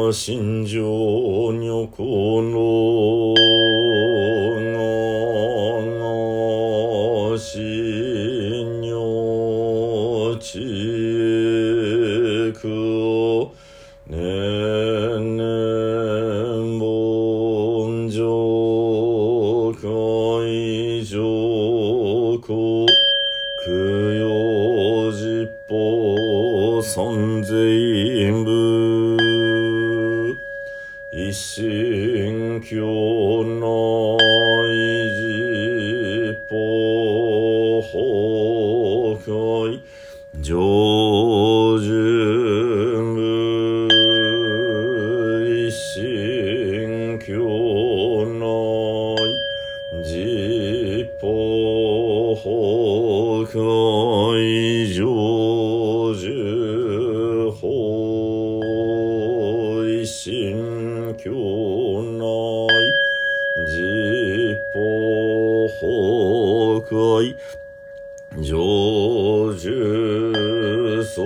心情女子の心女地区年々盆上海上空供養実法三千部一心教内実法法会上順部一心教内実法法会上順法一心教内実法法会上順僧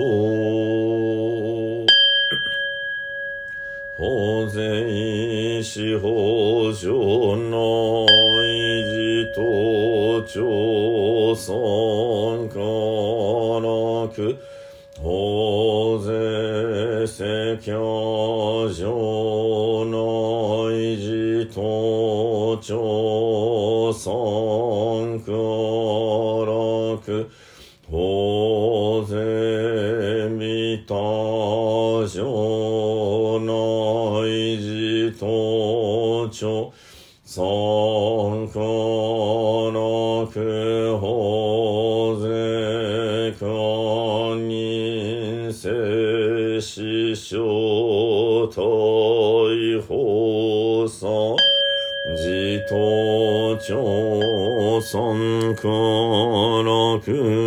法然司法上内寺等町村からく法然世教上内寺等町村からく法然御多上内寺等町村からく法然官人聖師匠大法さ寺等町村から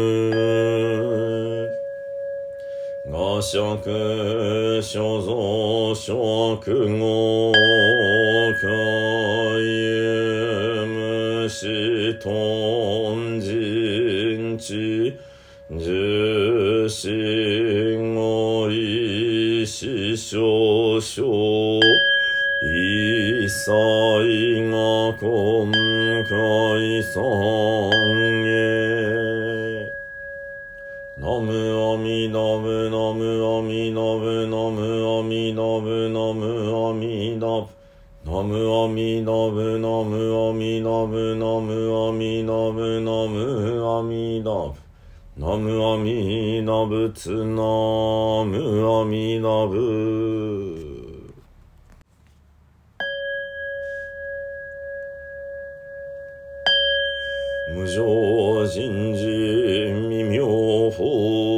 く画釈所蔵職号海無視頓人知十心語意師匠匠一切が今回三へナムアミダブナムアミダブナムアミダブナムアミダブナムアミダブナムアミダブナムアミダブナムアミダブナムアミダブツナムアミダブ無常人事未妙法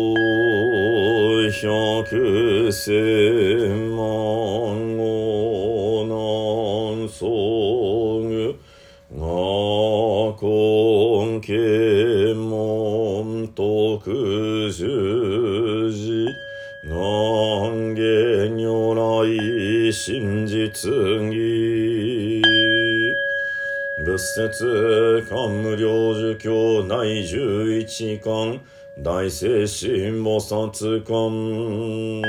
百千万語南宋具我根啓門徳十字願下如来真実義仏説漢無量寿経内十一巻大聖心菩薩観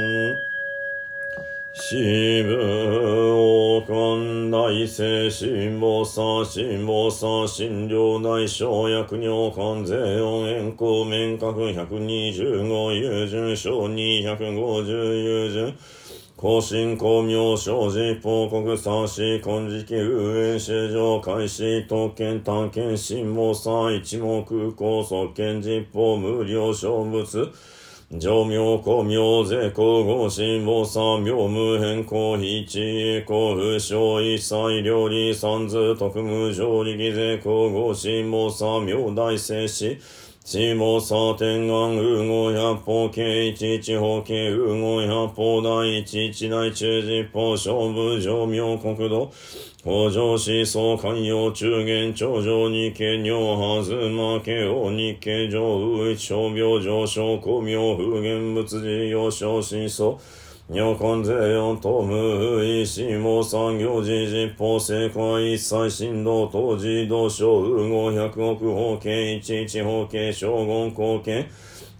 四部王冠大聖心菩薩心菩薩心量大小薬尿関税音円光面角125優順小250優順高進光明正実報告三子金色運営正常開始特権探検心謀三一目高速見実報無料小物上妙光明税光合心謀三妙無変更一栄光不詳一切料理三図特無上力税光合心謀三妙大聖子地謀差天眼右合百法計一一法計右合百法大一一大中実法勝負上妙国土北条思想海洋中元頂上日系尿はずまけお日系上右一小病上昇公明風言仏事要衝思想尿根税四等無意思謀産業時実法成果一切振動当時同省右合百億法計一一法計将軍後計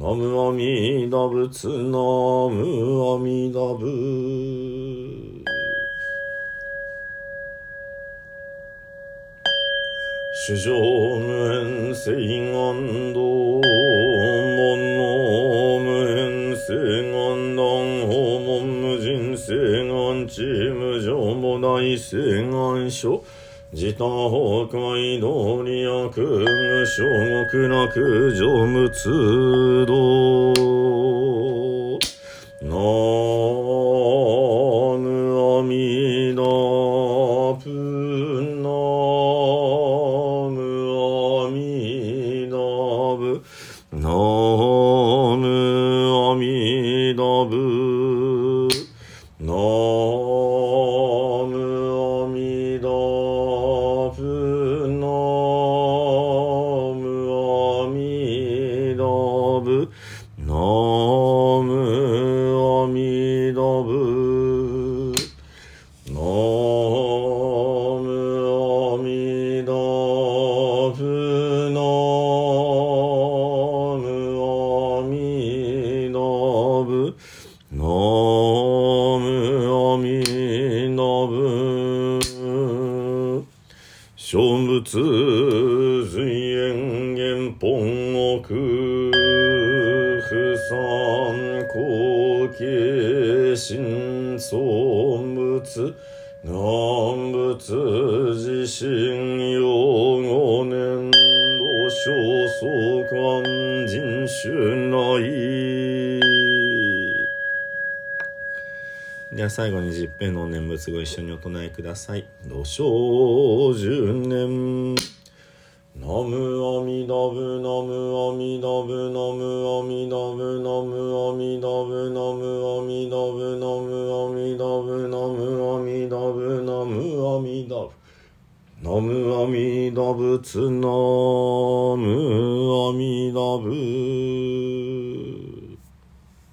ナムアミダ仏、ナムアミダ仏。主上無縁誓願道門の無縁誓願断訪問無人誓願地無常も大誓願書自他崩壊道理悪無小極楽成仏道。ナムアミダ仏、ナムアミダ仏、ナムアミダ仏、ナムアミダ仏、ナムアミダ仏、ナムアミダ仏、ナムアミダ仏、ナムアミダ仏、ナムアミダ仏。小仏随縁元本奥不三後継心相仏願仏自身用五年度小相関人種内。では最後に十遍の念仏ご一緒にお唱えください。土生十年。ナムアミダブナムアミダブナムアミダブナムアミダブナムアミダブナムアミダブナムアミダブナムアミダブナムアミダ仏、ナムアミダ仏。